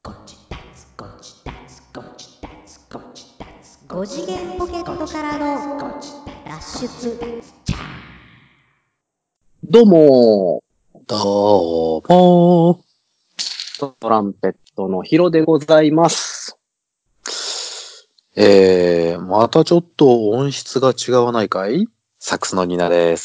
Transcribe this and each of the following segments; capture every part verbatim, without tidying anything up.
ゴチダツゴチダツゴチダツゴチダツご次元ポケットからの脱出。 どうもどうもトランペットのヒロでございます。 えー、またちょっと音質が違わないかい？サックスのニナです。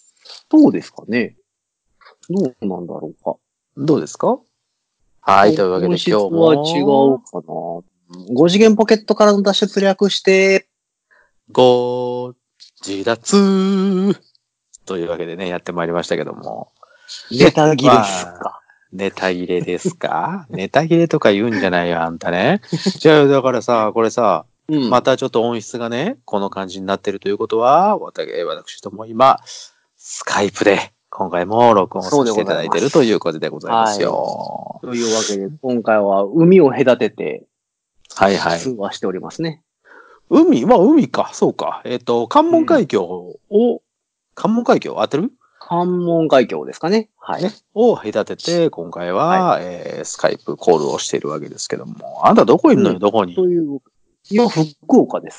どうですかね？どうなんだろうか。 どうですか？はい、というわけで音質今日は違うも、 かな。ご次元ポケットからの脱出略して、 ご自立というわけでね、やってまいりましたけども。 ネタ切れですか。 まあネタ切れですか？ネタ切れとか言うんじゃないよ、あんたね。じゃあ、だからさ、これさ、 うん。 またちょっと音質がね、この感じになってるということは、私私とも今、スカイプで、今回も録音させていただいているということでございますよ。 というわけで、今回は海を隔ててはいはい。 通話しておりますね。 海、まあ海か、そうか。えっ、と、関門海峡を、関門海峡当てる？ 関門海峡ですかね。はい。 ね、を隔てて、今回は、 はえースカイプコールをしているわけですけども。あんたどこいんのよ、 うんどこに？ という、今、福岡です。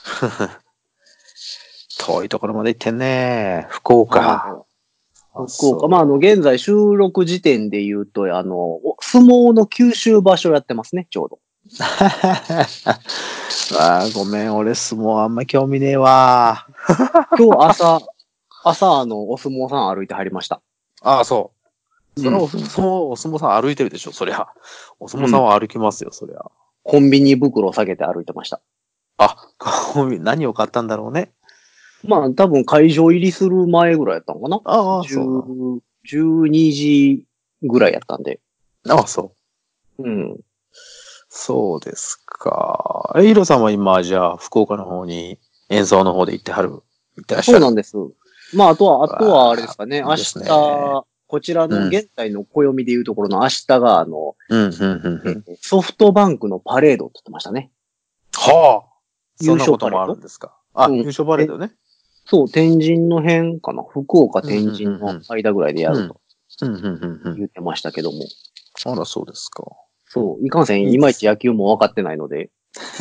遠いところまで行ってんね。福岡。 はい福岡。まあ、あの、現在収録時点で言うと、あの、お相撲の九州場所やってますね、ちょうど。 あーごめん、俺相撲あんま興味ねえわ。 今日朝、朝、あの、お相撲さん歩いて入りました。 ああ、そう。それはおうん相撲、お相撲さん歩いてるでしょ、そりゃ。お相撲さんは歩きますよ、そりゃ。 コンビニ袋を下げて歩いてました。 あ、何を買ったんだろうね。 まあ、多分会場入りする前ぐらいやったのかな。 ああ、 じゅそうう、じゅうにじぐらいやったんで。 な。ああ、そう。 うん。 そうですか。え、ヒロさんは今、じゃあ、福岡の方に演奏の方で行ってはる？行ってらっしゃる？ そうなんです。まあ、あとは、あとはあれですかね。明わあいいですね日、こちらの現在の暦でいうところの明日が、あの、 うん、うん、うん、うん。 えソフトバンクのパレードって言ってましたね。 はあ。そ優んなことも勝パレード。 あるんですか？あ、 うん優勝パレードね。 そう、天神の辺かな。福岡うん、うん、 天うん、 神の間ぐらいでやうん。 るとうん、うん、うん、うん。 言ってましたけども。 あら、そうですか。 そう、いかんせん、 いいですいまいち野球も分かってないので。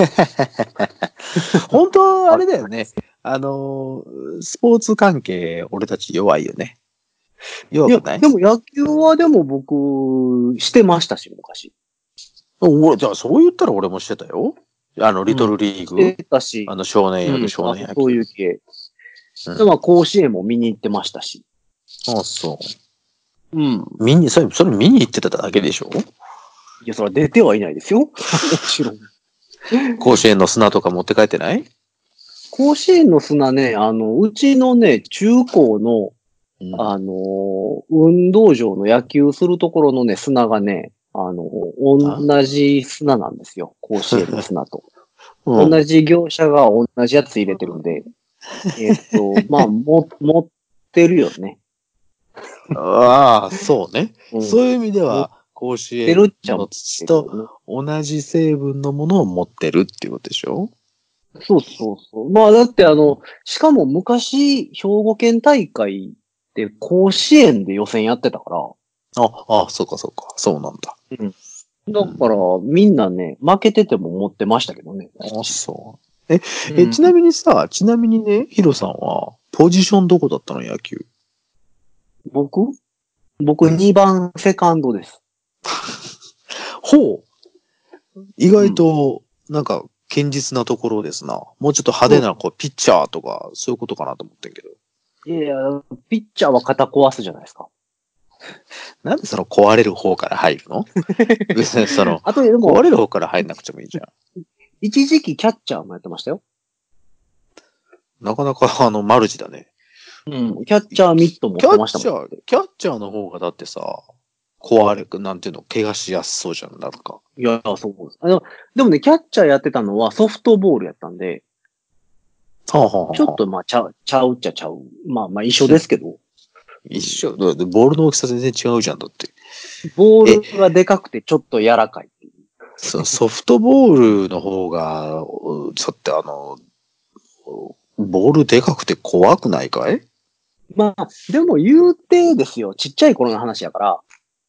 本当、あれだよね。あの、スポーツ関係、俺たち弱いよね。 いや、 弱くない？ でも野球はでも僕、してましたし、昔。 おじゃあ、そう言ったら俺もしてたよ。あの、リトルリーグ、 してたし、 あの、少年野球、 うん、 少年野球。 あそういう系。 うんで、まあ、甲子園も見に行ってましたし。 あそうん。 う。見に、それ、それ見に行ってただけでしょ？ いや、それは出てはいないですよ。もちろん。 甲子園の砂とか持って帰ってない？ 甲子園の砂ね、あの、うちのね、中高の、 うんあのー運動場の野球するところのね、砂がね、あのー同じ砂なんですよ。甲子園の砂と。 うん。 同じ業者が同じやつ入れてるんで、えっと、まあ、も、持ってるよね。 ああ、そうね。 うん。 そういう意味で持っは、甲子てる園のっちゃ持ってるよ土とね。 同じ成分のものを持ってるっていうことでしょ？ そうそうそう。まあ、だってあの、しかも昔、兵庫県大会で甲子園で予選やってたから、 あ、あ、そうかそうか。そうなんだ。 うん。だから、みんなね、負けてても持ってましたけどね。 あ、そう。え、え、 うんちなみにさ、ちなみにね、ヒロさんは、ポジションどこだったの、野球？ 僕僕にばんセカンドです。 ほう。意外と、なんか、堅実なところですな。もうちょっと派手な、こう、ピッチャーとか、そういうことかなと思ってんけど。 いやいや、ピッチャーは肩壊すじゃないですか。 なんでその壊れる方から入るの？別にその、 あとでも、 壊れる方から入んなくてもいいじゃん。 一時期キャッチャーもやってましたよ。 なかなか、あの、マルチだね。 うん。キャッチャーミット持っキャてましたもん。 ッチャー、キャッチャーの方がだってさ、壊れる、なんていうの、怪我しやすそうじゃん、なんか。 いや、そうです。あの、でもね、キャッチャーやってたのはソフトボールやったんで、 はあ、はあはあ、 ちょっとまあ、ちゃう、ちゃうっちゃちゃう。まあまあ一緒ですけど。 一緒。だってボールの大きさ全然違うじゃん、だって。 ボールがでかくてちょっと柔らかいっていう。 そソフトボールの方が、うちょっとあの、ボールでかくて怖くないかい？ まあ、でも言うてですよ。ちっちゃい頃の話やから。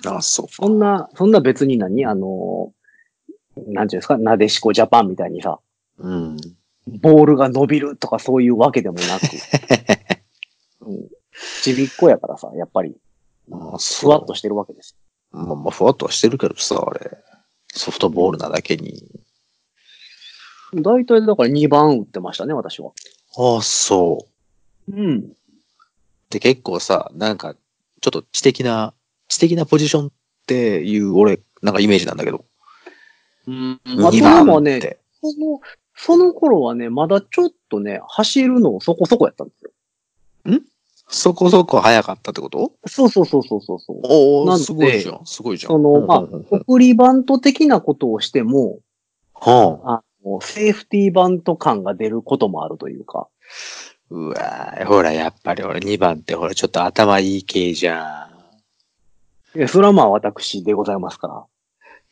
あ、そうか。 そんな、そんな別に何あの、なんていうんですか、なでしこジャパンみたいにさ、 うん。 ボールが伸びるとかそういうわけでもなく、うん、ちびっこやからさ、やっぱり、 まあ、 ふわっとしてるわけです。 まあ、まあ、ふわっとはしてるけどさ、あれ。ソフトボールなだけに。 だいたいだからにばん打ってましたね、私は。 ああ、そう。 うん。 で、結構さ、なんか、ちょっと知的な、知的なポジションっていう、俺、なんかイメージなんだけど。 うん。あと 2 で番っもね、 て。 その、その頃はね、まだちょっとね、走るのそこそこやったんですよ。 そこそこ早かったってこと？ そうそうそうそうそうそう。 おお、 なのすごいじゃで、 ん。すごいじゃん。 その、まあ、送りバント的なことをしても、 はあ、 あの、セーフティーバント感が出ることもあるというか。 うわーほら、やっぱり俺にばんってほら、ちょっと頭いい系じゃん。 いや、それはまあ私でございますから。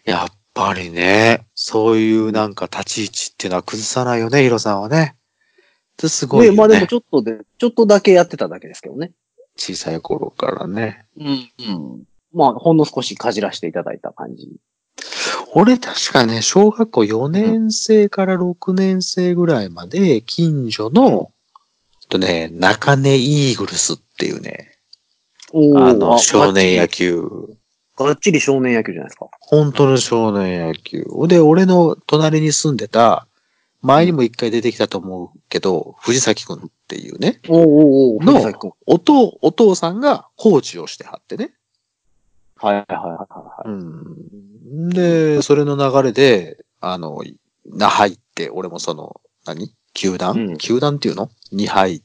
やっぱりね、そういうなんか立ち位置っていうのは崩さないよね、ヒロさんはね。ってすごね、 いよね。 まあでもちょっとで、ちょっとだけやってただけですけどね。 小さい頃からね。 うん。うん。まあ、ほんの少しかじらせていただいた感じ。 俺確かね、小学校よねん生からろくねん生ぐらいまで、近所の、えっとね、中根イーグルスっていうね、あの、 おー、あ、が少年野っちり、 球。 がっちり少年野球じゃないですか。 本当の少年野球。で、俺の隣に住んでた、前にも一回出てきたと思うけど、藤崎くんっていうね、 おーおーおー、藤の崎くん。 お父、お父さんがコーチをしてはってね。 はいはいはいはうん。で、それの流れで、あの、な、入って、俺もその、何球団、 うん球団っていうのに入って、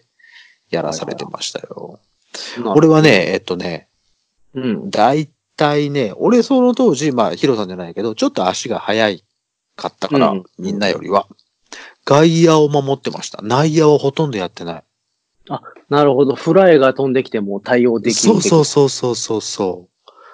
やらい。 されてはましたよ。 いはい。 俺はね、えっとね、 うん。 だいたいね、俺その当時、まあ、ヒロさんじゃないけど、ちょっと足が速いかったから、 うん。 みんなよりは。外野を守ってました。内野はほとんどやってない。 あ、なるほど。フライが飛んできても対応できそうる的な。 そうそうそうそうそう。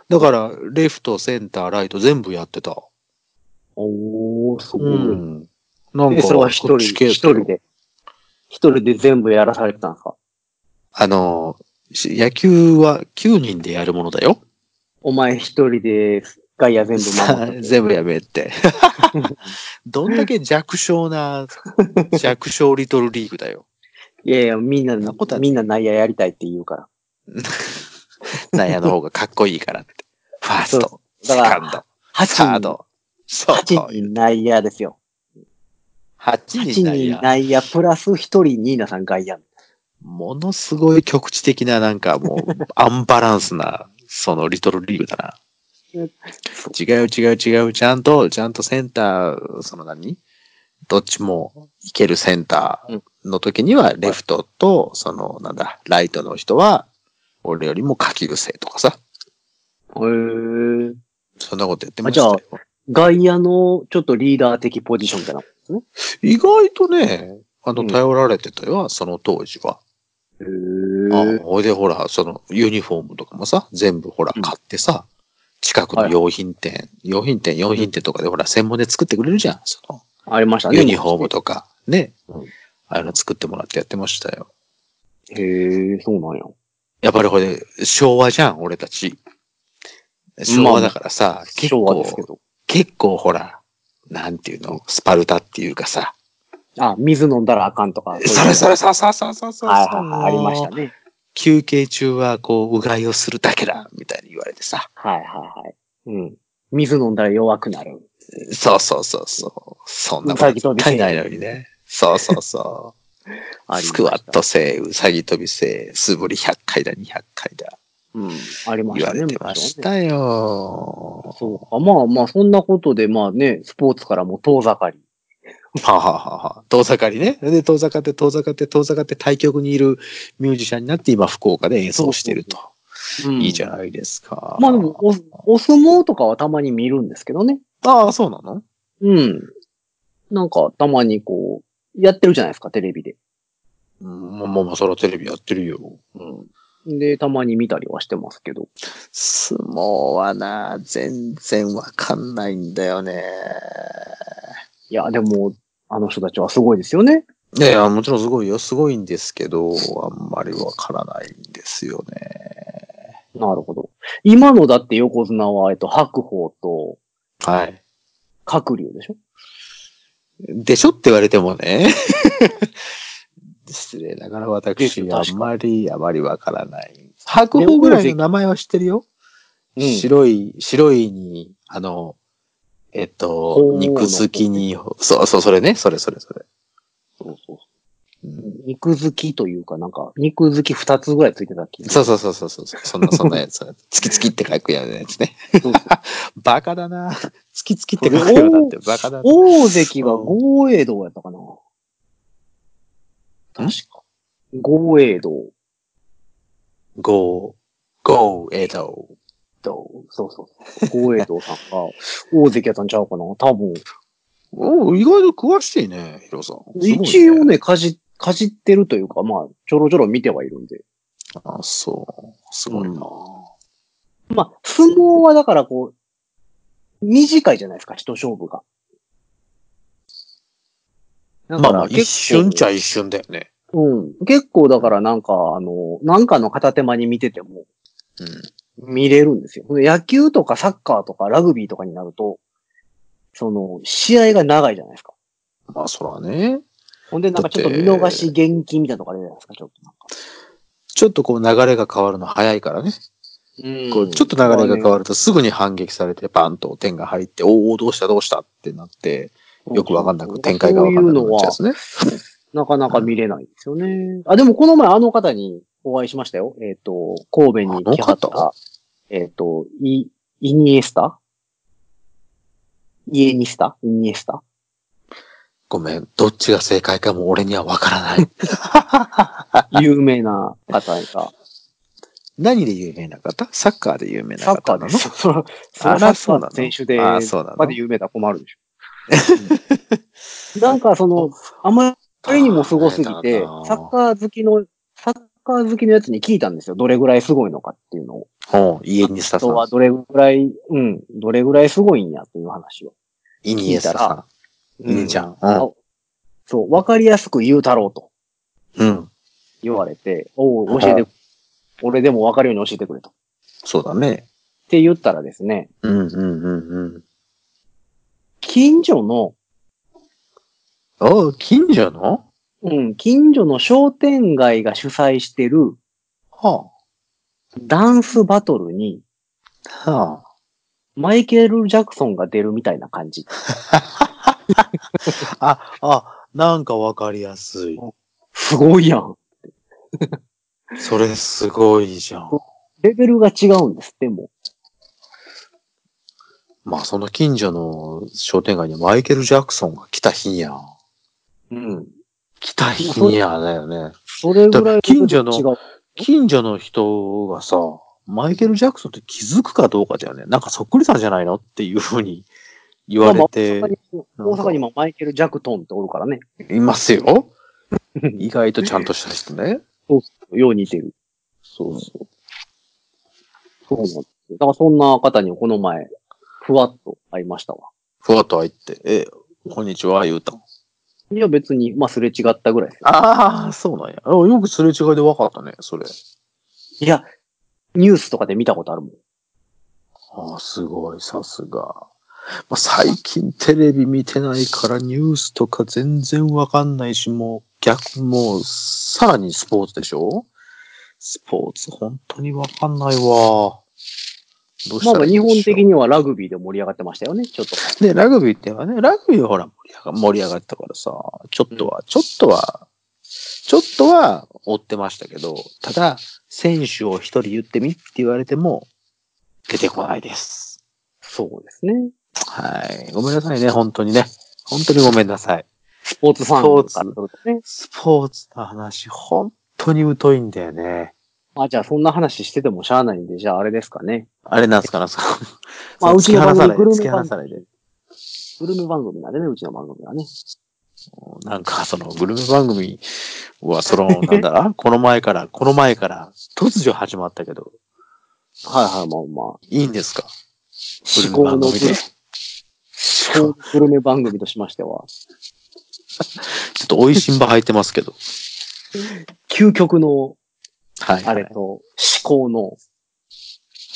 だから、レフト、センター、ライト全部やってた。 おー、すうごい。 ん。なんえ、 か、 それはそっち一人、 系だったよ。 一人で、一人で全部やらされてたんですか？ あの、し野球はきゅうにんでやるものだよ。 お前一人で外野全部守っさとけ。 全部やめって。どんだけ弱小な、弱小リトルリーグだよ。 いやいや、みんな、 そんなことはみんなね内野やりたいって言うから。 内野の方がかっこいいからって。ファースそうト、 だから、 セカンド、 はちにん、 サード。そうはちにん内野ですよ。 はちにんはちにん内野。 内野プラスひとりニーナさん外野。 ものすごい局地的ななんかもうアンバランスな、そのリトルリーグだな。違う違う違う。ちゃんと、ちゃんとセンター、その何どっちもいけるセンターの時には、レフトと、その、なんだ、ライトの人は、俺よりも下級生とかさ。 へー。 そんなことやってあ、じゃあ、 ましたよ。 外野のちょっとリーダー的ポジションみたいなことですね。 意外とね、あの、 うん。 頼られてたよ、その当時は。 へああ、 ー。 ほいでほら、その、ユニフォームとかもさ、全部ほら、 うん買ってさ、近くのはい用品店、用品店、用品店とかでほら、専門で作ってくれるじゃん。その、 ありましたね、 ユニフォーム昔とか、ね。 うんああいうの作ってもらってやってましたよ。 へえ、そうなんや。 やっぱりこれ、昭和じゃん、俺たち。昭和だからさ、結昭和ですけ構、 ど。 結構ほら、なんていうの、スパルタっていうかさ、 あ、水飲んだらあかんとか。 それそれそそうそうそうそうそうそう、 はいはいはい、ありましもう、 たね。 休憩中はこう、うがいをするだけだ、みたいに言われてさ。 はいはいはい。うん。水飲んだら弱くなる。 そうそうそうそう。そんなうことさぎ跳びせえ絶対ないのにね。そうそうそう。 ありスクワッました。 トせえ、うさぎ跳びせえ、素振りひゃっかいだ、にひゃっかいだ。 うん。ありましたね、 言われてま昔はね。 したよ。 そうか。まあまあ、そんなことで、まあね、スポーツからも遠ざかり。 はあ、はあはあはあ、遠ざかりね。で、遠ざかって遠ざかって遠ざかって対極にいるミュージシャンになって今福岡で演奏してると。 うん。 いいじゃないですか。 まあでも、お、お相撲とかはたまに見るんですけどね。 ああ、そうなの？ うん。なんか、たまにこう、やってるじゃないですか、テレビで。 うん、まあまあまあ、それはテレビやってるよ。 うん。で、たまに見たりはしてますけど。 相撲はな、全然わかんないんだよね。 いや、でも、あの人たちはすごいですよね。 いやいや、もちろんすごいよ。すごいんですけど、あんまりわからないんですよね。 なるほど。 今のだって横綱は、えっと、白鵬と、 はい。 鶴竜でしょ？ でしょって言われてもね。失礼ながら私、あん確かまり、あまりわからない。白鵬ぐらいの名前は知ってるよ。 うん。 白い、白いに、あの、えっと、 鳳凰の肉好きに、そうそう、それね、それそれそれ。 そうそうそう。肉好きというか、なんか、肉好き二つぐらいついてた気がする。 そうそうそうそうそう。そんな、そんなやつ。月々って書くやつね。 そうそうバカだな。月々って書くようなんてバカだな。 大関が豪栄道やったかな。確か。豪栄道。 ゴー、ゴー、エド。 そうそうそう。豪栄道さんが大関やったんちゃうかな多分。 お意外と詳しいね、ヒロさん。すごいね、 一応ね、かじ、かじってるというか、まあ、ちょろちょろ見てはいるんで。 あ、そう。すごいな。 うん、まあ、相撲はだからこう、短いじゃないですか、一勝負が。だまあまあ、 から結構、 一瞬ちゃ一瞬だよね。 うん。結構だからなんか、あの、なんかの片手間に見てても、 うん。 見れるんですよ。野球とかサッカーとかラグビーとかになると、その、試合が長いじゃないですか。 まあ、そらね。 ほんでなんかちょっと見逃し厳禁みたいなとこあるじゃないですか、ちょっとなんか。 ちょっとこう流れが変わるの早いからね。 うん。 こうちょっと流れが変わるとすぐに反撃されてパンと点が入って、おお、どうしたどうしたってなって、よくわかんなく展開がわかんなくなっちゃうやつね。 なかなか見れないんですよね。あ、でもこの前あの方にお会いしましたよ。えっ、と、神戸に来はっあのた、えっ、と、イ、イニエスタイエニスタイニエスタごめん、どっちが正解かも俺にはわからない。 有名な方が。 何で有名な方？サッカーで有名なサッカ方なの？ ーですよ。そら、そあら、 らサッカーそうなの？ の選手あ、 で、 そうなの？ まで有名だら困るでしょ。うん、なんかその、あまりにもすごすぎて、サッカー好きの、サッカー好きのやつに聞いたんですよ。どれぐらいすごいのかっていうのを。 ほう、イエニスタさん。 人はどれぐらい、うん、どれぐらいすごいんやという話を。 イニエスタさん。イニちゃん。うん。 そう、わかりやすく言うたろうと。 うん。 言われて、おう、教えて、俺でもわかるように教えてくれと。 そうだね。 って言ったらですね。 うんうんうんうん。 近所の、 お近所のうん、近所の商店街が主催してる、 はあ、ダンスバトルに、 はあ、 マイケル・ジャクソンが出るみたいな感じ。 あ、あ、なんかわかりやすい。 すごいやん。 それすごいじゃん。 レベルが違うんですって、もう。まあ、その近所の商店街にマイケル・ジャクソンが来た日や。 うん。 来た日やだよね。 それぐらい近所の、 違う。 近所の人がさ、マイケル・ジャクソンって気づくかどうかだよね。なんかそっくりさんじゃないのっていうふうに言われて。 まあまあ、大阪にもマイケル・ジャクトンっておるからね。 いますよ。意外とちゃんとした人ね。 そうそう、よう似てる。そうそう。そうなんですよ。だからそんな方にこの前、ふわっと会いましたわ。 ふわっと入って、え、こんにちは、言うたん。 いや別に、まあすれ違ったぐらいですよ。 ああ、そうなんや。よくすれ違いで分かったね、それ。 いや、ニュースとかで見たことあるもん。 ああ、すごい、さすが。まあ、最近テレビ見てないからニュースとか全然わかんないし、もう逆、もうさらにスポーツでしょ？スポーツ本当にわかんないわ。どうしたらいいんでしょう。 まあまあ日本的にはラグビーで盛り上がってましたよね、ちょっと。 ね、ラグビーってはね、ラグビーはほら盛り上が盛り上がったからさ、ちょっとは、うん、ちょっとは、ちょっとは追ってましたけど、ただ、選手を一人言ってみって言われても、出てこないです。 そうですね。 はい。ごめんなさいね、本当にね。本当にごめんなさい。 スポーツファンからするとね。 スポーツの話、本当に疎いんだよね。 まあじゃあそんな話しててもしゃあないんで、じゃああれですかね。 あれなんすかな、その、 まあうちの番組グル突きメ番放さないで。 グルメ番組なんでね、うちの番組はね。 なんかそのグルメ番組はその、なんだらこの前から、この前から突如始まったけど。 はいはい、まあまあ。 いいんですか？ 至高のグルメ、至高のグルメ番組としましては。 ちょっと美味しんば入ってますけど。 究極の、 はい、はい。 あれと、至高の、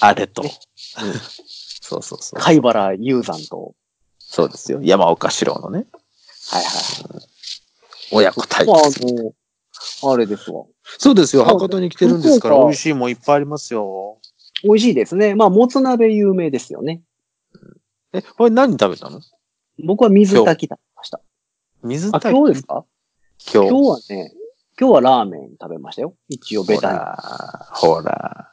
あれと。 うん、 そうそうそう。 貝原雄山と。 そうですよ。山岡四郎のね。 はいはい。 親子対まあ、 決。 あの、あれですわ。 そうですよ。 まあ博多に来てるんですから、 福岡美味しいもんいっぱいありますよ。 美味しいですね。まあ、もつ鍋有名ですよね。 え、これ何食べたの？ 僕は水炊き食べました。あ、 水炊き。 今日ですか？ 今日。 今日はね、今日はラーメン食べましたよ。一応ベほタに。 ら、ほら。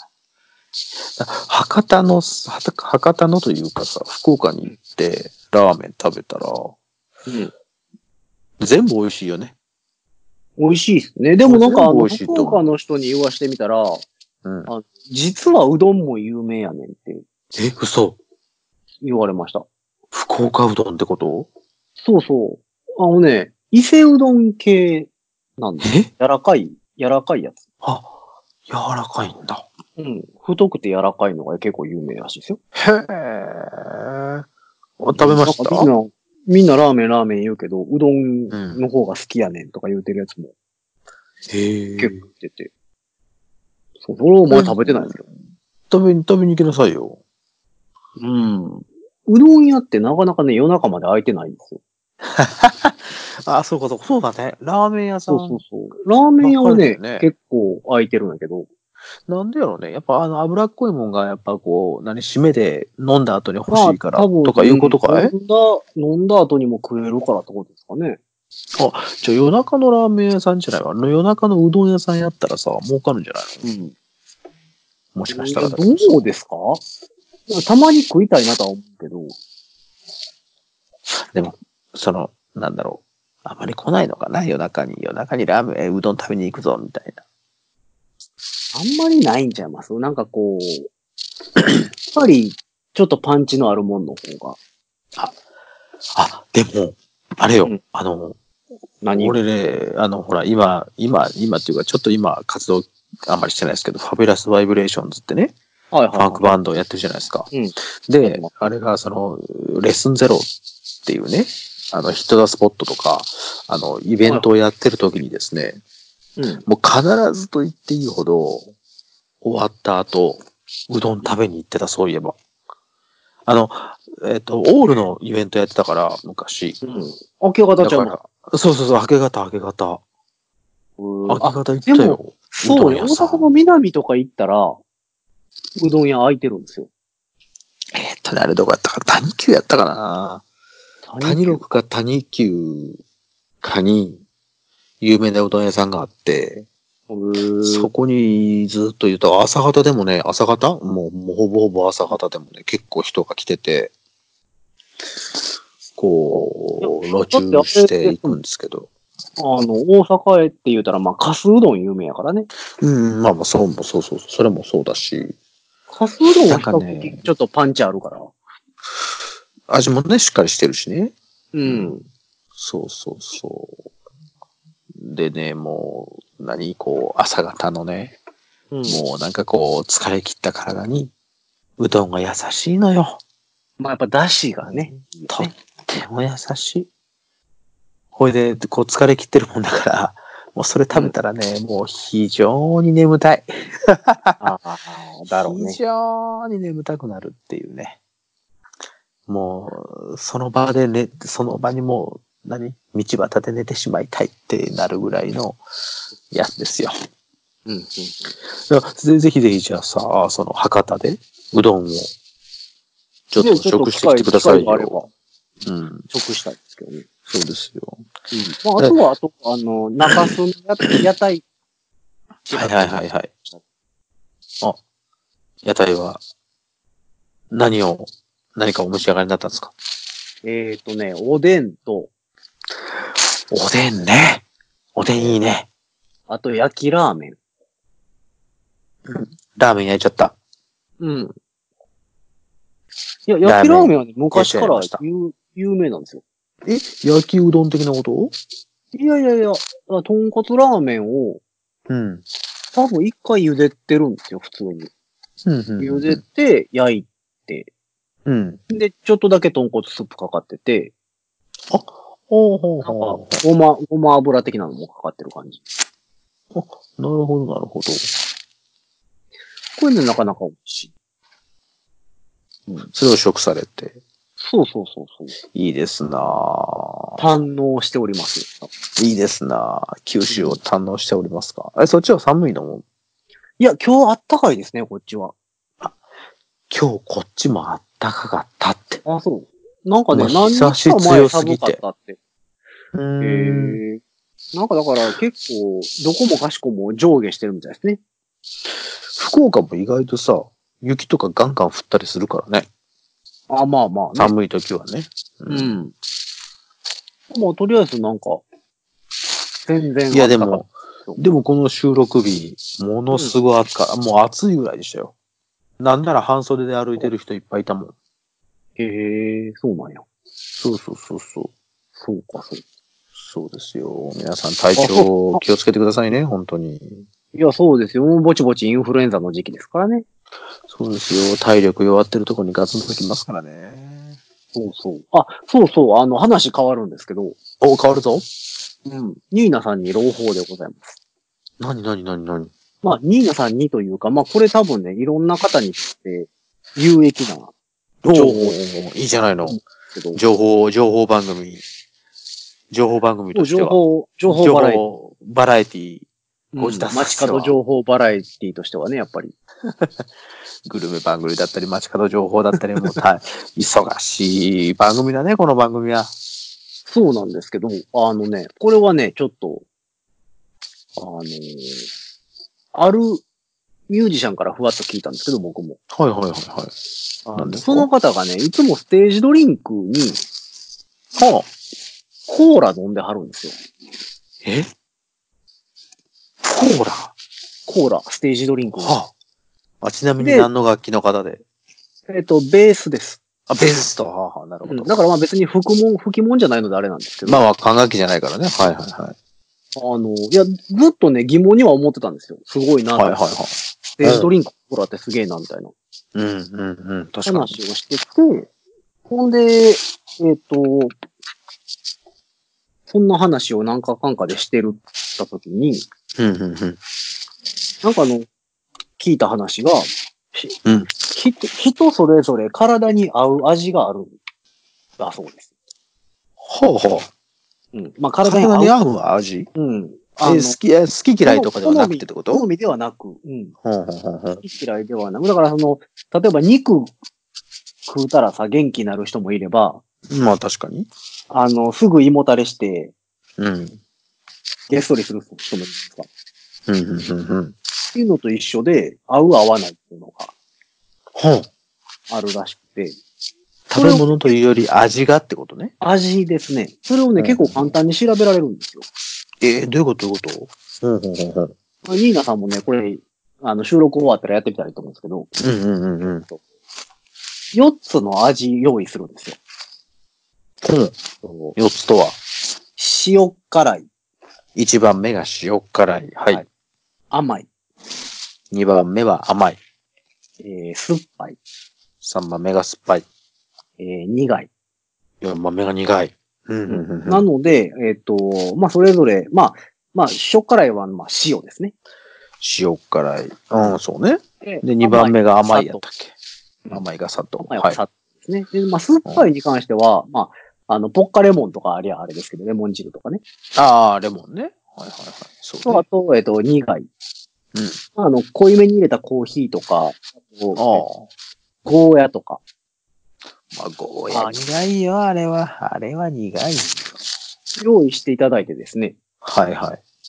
博多の、博多のというかさ、福岡に行ってラーメン食べたら、 うん。 全部美味しいよね。 美味しいですね。でもなんかあ全部美の、 味しいと思う福岡の人に言わしてみたら、 うん。 あ実はうどんも有名やねんってえ、嘘？ 言われました。 福岡うどんってこと？ そうそう。あのね、伊勢うどん系なんですよ。 え？ 柔らかい、柔らかいやつ。 あ、柔らかいんだ。 うん。太くて柔らかいのが結構有名らしいですよ。 へえ。食べました？ なんかみんな、みんなラーメンラーメン言うけど、うどんうん。 の方が好きやねんとか言うてるやつもへえ。 結構出てて。そう、それをまだ食べてないですけど。 食べに、食べに行きなさいよ。 うん。うどん屋ってなかなかね、夜中まで開いてないんですよ。 あ、そうかそうか。そうだね。ラーメン屋さん。 そうそうそう。ラーメン屋はね、 分かれてるね結構開いてるんだけど。 なんでやろうね。やっぱあの脂っこいもんが、やっぱこう、何、締めで飲んだ後に欲まあ、 しいから、 多分、 とかいうことかい？ 飲んだ、飲んだ後にも食えるからってことですかね。 あ、じゃあ夜中のラーメン屋さんじゃないわ。夜中のうどん屋さんやったらさ、儲かるんじゃないの？ うん。 もしかしいや、 たらだどけどさ。 うですか？たまに食いたいなとは思うけど。 でも、その、なんだろう。あまり来ないのかな夜中に。夜中にラーメン、えうどん食べに行くぞ、みたいな。 あんまりないんちゃいます？なんかこう、やっぱり、ちょっとパンチのあるもんの方が。 あ、あ、でも、あれよ、 うんあの、 何？ 俺ね、あの、ほら、今、今、今っていうか、ちょっと今、活動あんまりしてないですけど、ファビュラスバイブレーションズってね、 はいはいはファンクバンドをやってるじゃないですか。 い。うん。 で、あれが、その、レッスンゼロっていうね、あの、ヒットダスポットとか、あの、イベントをやってる時にですね、 うん。 もう必ずと言っていいほど、終わった後、うどん食べに行ってた、そういえば。あの、えっと、オールのイベントやってたから、昔。 うん。明け方ちゃいます。 だから、そうそうそう、明け方、明け方。明けあ、 方行っでも、 たよ。うそうね、大どん屋さ阪のん。 南とか行ったら、うどん屋開いてるんですよ。 えーっとね、あれどこやったか、谷急やったかな。谷急六か谷急かに、有名なうどん屋さんがあって、 へーそこにずっと言うと、朝方でもね、朝方もう、もうほぼほぼ朝方でもね、結構人が来てて、こう、路だってあ中していくんれですもん。 ですけど。 あの、大阪へって言うたら、まあ、かすうどん有名やからね。 うん、まあまあ、そうも、そうそうそう、それもそうだし、 かすうどんなんかは比較的ね、 ちょっとパンチあるから。 味もね、しっかりしてるしね。 うん。 そうそうそう。でね、もう、何、こう、朝方のね、 うん。 もうなんかこう、疲れ切った体に、うどんが優しいのよ。 まあ、やっぱ、だしがね。 とっても優しい。ほいで、こう疲れ切ってるもんだから、もうそれ食べたらね、もう非常に眠たい。 ああ、だろう非ね。 常に眠たくなるっていうね。もう、その場でね、その場にもう、何道端で寝てしまいたいってなるぐらいのやつですよ。 うん、うん。 だからぜぜひぜひじゃあさ、その博多でうどんをちょっね、 とちょっと食してきて機会、機ください会があれば、 よ。うん。 食したいですけどね。 そうですよ。 うん。まあ、あとは、あと、あの、中洲のや屋台、ちはいらっと見はいはいはい。あ、屋台は何を、何かお召し上がりになったんですか？ えっとね、おでんと、 おでんね。おでんいいね。 あと焼きラーメン。 ラーメン焼いちゃった。 うん。いや、焼ラーメンきラーメンはね、昔から焼いちゃいました。 有有名なんですよ。 え、焼きうどん的なこと？ いやいやいや、あ豚骨ラーメンをうん。 多分一回茹でてるんですよ、普通に。 うん、うん、 茹でて、焼いて、 うん。 で、ちょっとだけ豚骨スープかかってて、 あ、ほうほうなんか、 ほう。 ごま、ごま油的なのもかかってる感じ。 あ、なるほど、なるほど。 これね、なかなか美味しい。 うん、 それを食されて。 そうそうそうそう。 いいですなぁ。 堪能しております。 いいですなぁ。九州を堪能しておりますか。うん、え、そっちは寒いの？ いや、今日あったかいですね、こっちは。 あ、今日こっちもあったかかったって。 あ、そう。なんかね、 何日か前寒かったって。 うーん。 へえ。なんかだから結構、どこもかしこも上下してるみたいですね。 福岡も意外とさ、雪とかガンガン降ったりするからね。 あ、まあまあね。 寒い時はね。 うん。うん、まあ、とりあえずなんか、全然いやでも、でもこの収録日、ものすごい暑か、うん、もう暑いぐらいでしたよ。なんなら半袖で歩いてる人いっぱいいたもん。 へえ、そうなんや。 そうそうそうそう。 そうか、そう。 そうですよ。皆さん体調気をつけてくださいね、本当に。 いや、そうですよ。もうぼちぼちインフルエンザの時期ですからね。 そうですよ。体力弱ってるところにガツンときますからね。 そうそう。あ、そうそう。あの、話変わるんですけど。 お、変わるぞ。 うん。ニーナさんに朗報でございます。 なになになになに？ まあ、ニーナさんにというか、まあ、これ多分ね、いろんな方にとって有益な情報。 いいじゃないの。情報、情報番組。情報番組としては。 情報、情報バラエティ。 バラエティ。 ご自宅街角情報バラエティとしてはね、やっぱり。 グルメ番組だったり、街角情報だったり、もうた忙しい番組だね、この番組は。 そうなんですけど、あのね、これはね、ちょっと、あのー、あるミュージシャンからふわっと聞いたんですけど、僕も。 はいはいはいはい。 なんでその方がね、いつもステージドリンクに、 はあ、 コーラ飲んではるんですよ。 えコーラコーラ、ステージドリンクに。 はあ。あ、ちなみに何の楽器の方で？ えっと、ベースです。 あ、ベースと。はあ、なるほど。 うん、だからまあ別に吹くもん、吹きもんじゃないのであれなんですけど。 まあまあ、管楽器じゃないからね。はいはいはい。 あの、いや、ずっとね、疑問には思ってたんですよ。すごいな。はいはいはい。ステージドリンクコーラってすげえな、みたいな。 うんうんうん、確かに。 話をしてて、ほんで、えっと、そんな話を何かかんかでしてるった時に、 うんうんうん、 なんかあの、聞いた話が、 うん、 人、人それぞれ体に合う味があるんだそうです。 ほうほう。 うん。まあ体に合う。 体に合う味？ うん。 あえ好き、好き嫌いとかではなくてってこと？ 好みではなく、うん。 ほうほうほうほう。 好き嫌いではなく、だからその、例えば肉食うたらさ、元気になる人もいれば、 まあ確かに。 あの、すぐ胃もたれして、 うん。 げっそりする人もいるんですか。 うん、うん、うん、うん。 っていうのと一緒で、合う合わないっていうのが、 ほう。 あるらしくて。 食べ物というより味がってことね。 味ですね。それをね、結構簡単に調べられるんですよ。 えー、どういうことどういうことほうほうほうほう。 ニーナさんもね、これ、あの、収録終わったらやってみたらいいと思うんですけど、 うんうんうんうん。 よっつの味用意するんですよ。 ほう。よっつとは塩辛い。 いちばんめが塩辛い。はい。はい、 甘い。 にばんめは甘い。 えー、酸っぱい。 さんばんめが酸っぱい。 えー、苦い。 よんばんめが苦い。うんうんうんうん、 なので、えっと、まあ、それぞれ、まあ、まあ、塩辛いは、まあ、塩ですね。 塩辛い。うん、そうね。 で、 で、にばんめが甘いやったっけ？甘いが砂糖。 甘いは砂糖ですね。で、まあ、酸っぱいに関しては、うん、まあ、あの、ポッカレモンとかありゃあれですけど、レモン汁とかね。 ああ、レモンね。はいはいはい。そうね。 と、あと、えっと、苦い。うん。あの、濃いめに入れたコーヒーとか、あと、ゴーヤとか。 まあ、ゴーヤ苦いよ、あれは。あれは苦いよ。 用意していただいてですね。 はいはい。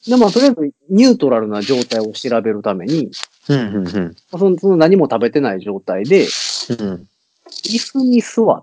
で、まあ、とりあえず、ニュートラルな状態を調べるために、 うんうんうん。 その、その何も食べてない状態で、うん。椅子に座って、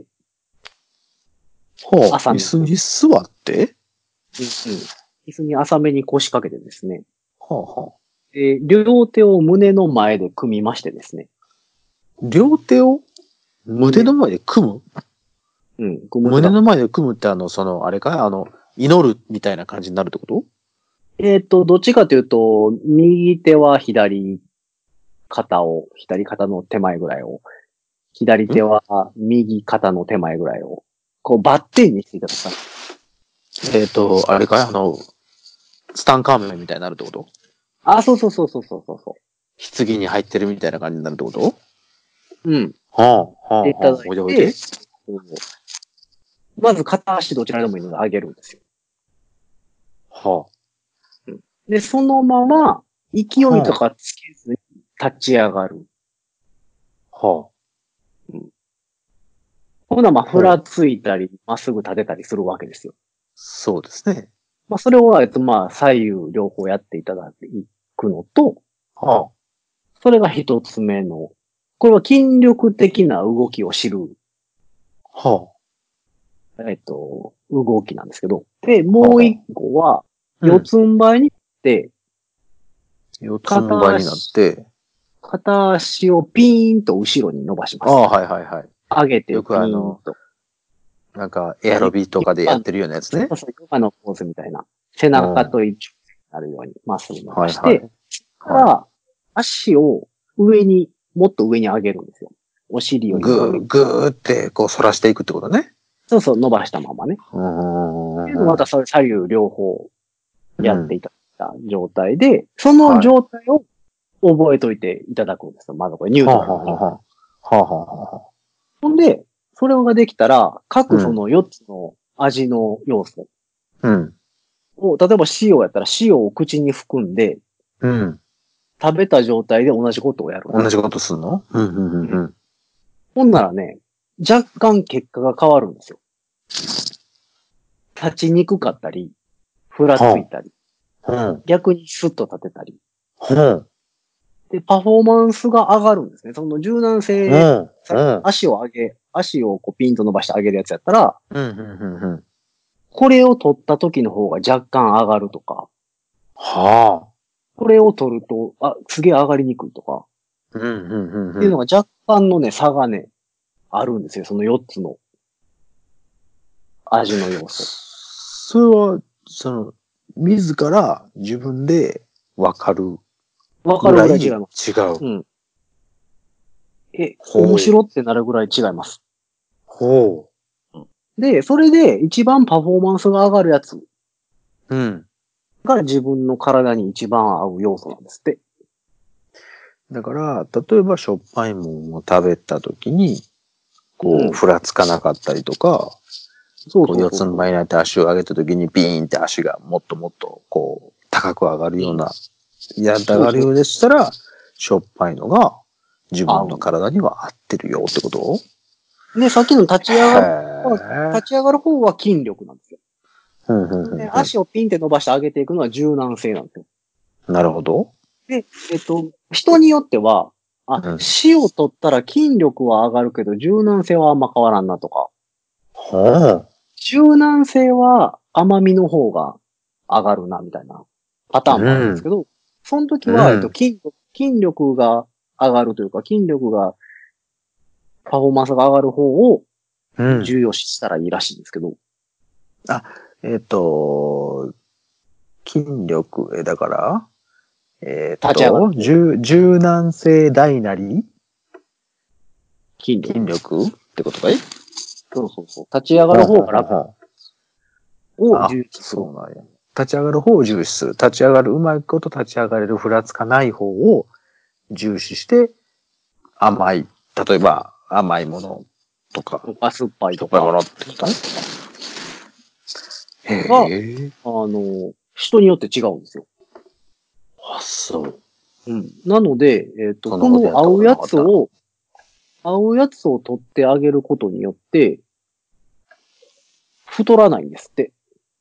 ほう。椅子に座って、うん、うん。 椅子に浅めに腰掛けてですね。 ほうほう。で、両手を胸の前で組みましてですね。 両手を胸の前で組む？うん、組む。胸の前で組むってあの、その、あれかいあの、祈るみたいな感じになるってこと？ えっと、どっちかというと、右手は左肩を、左肩の手前ぐらいを、左手は右肩の手前ぐらいを、こうバッテンにしていただく。 えっと、あれかいあの、ツタンカーメンみたいになるってこと？ あ、そうそうそうそうそうそう。 棺に入ってるみたいな感じになるってこと？ うん。 はあ、はあ、 でいただいて、 おいでおいで。 まず片足どちらでもいいので上げるんですよ。 はで、そのまま、勢いとかつけずに立ち上がる。 あ、はほな、まあ、ふらついたり、まっすぐ立てたりするわけですよ。 そうですね。 まあ、それを、えっと、まあ、左右両方やっていただくのと、 はそれが一つ目の、これは筋力的な動きを知る、 あ、はえっと、動きなんですけど。で、もう一個は、 あ。 四つん這いになって、 四つん這いになって、 片足をピーンと後ろに伸ばします。 ああ、はいはいはい。 上げてピよくあーンのと。 なんか、エアロビとかでやってるようなやつねそう。そう、ヨガのポーズみたいな。背中と一緒になるように、まっすぐ伸ばして、 はいはい。 そしたら、足を上に、もっと上に上げるんですよ。お尻よりも上に。 ぐー、ぐーって、こう、反らしていくってことね。 そうそう、伸ばしたままね。 うーん。 っていうのをまたそれ左右両方やっていただいた状態で、その状態を覚えといていただくんですよ。まずこれニュートラルな状態。 はあ、はあ、はあ、はあ。 ほんで、それができたら、各うんそのよっつの味の要素うん。 を、例えば塩やったら塩を口に含んで、 うん。 食べた状態で同じことをやる。 同じことすんのうん、うん、うん、うん。 ほんならね、若干結果が変わるんですよ。立ちにくかったり、ふらついたり、 うん。 逆にスッと立てたり。 うん。 で、パフォーマンスが上がるんですね。その柔軟う性、 ん。うん。 足を上げ、足をこうピンと伸ばして上げるやつやったら、 うん、うん、うん、うん。 これを取った時の方が若干上がるとか、 はあ。 これを取ると、あ、すげえ上がりにくいとか、 うん、うん、うん、 っていうのうん。 が若干のね、差がね、あるんですよ。そのよっつの味の要素。 それは、その、自ら自分でわかるわかるぐらい違ぐらい違いまう。 す。うん。え、 ほう面白ってなるぐらい違います。 ほで、それで一番パフォーマンスが上がるやつう。うん。 が自分の体に一番合う要素なんですって。 だから、例えばしょっぱいもんを食べたときに、こう、 うんふらつかなかったりとか、 そうこう四つそうそうん這いになって足を上げたときにビーンって足がもっともっとこう高く上がるような、やったがるようでしたら、しょっぱいのが自分の体には合ってるよってことで、さっきの立ち上がる、 へ立ち上がる方は筋力なんですよ。 ーうんうんうんで、 うん足をピンって伸ばして上げていくのは柔軟性なんですよ。 なるほど。 で、えっと、人によっては、あ、 うん死を取ったら筋力は上がるけど柔軟性はあんま変わらんなとか、 は柔軟性は甘みの方が上がるなみたいなパターンもあるんですけど、その時は、 うんえっと、筋力、筋力が上がるというか、筋力が、パフォーマンスが上がる方をあ。うん。 重要視したらいいらしいんですけど、 えっと、筋力、え、だから、えっ立ち上がると、柔柔軟性大なり筋力。 筋力ってことかいそうそうそう。立ち上がる方が楽ほうほうほうあ、 を重視する。 そうなんや。立ち上がる方を重視する。立ち上がる、うまいこと立ち上がれる、ふらつかない方を重視して、甘い、例えば甘いものとか、 とか酸っぱいとか。 しょっぱいものってことね。へがえ。 あの、人によって違うんですよ。 あ、そう。 うん。なので、えっ、と、 そんこなことやったことの合うやなかった。 つを、合うやつを取ってあげることによって、太らないんですって。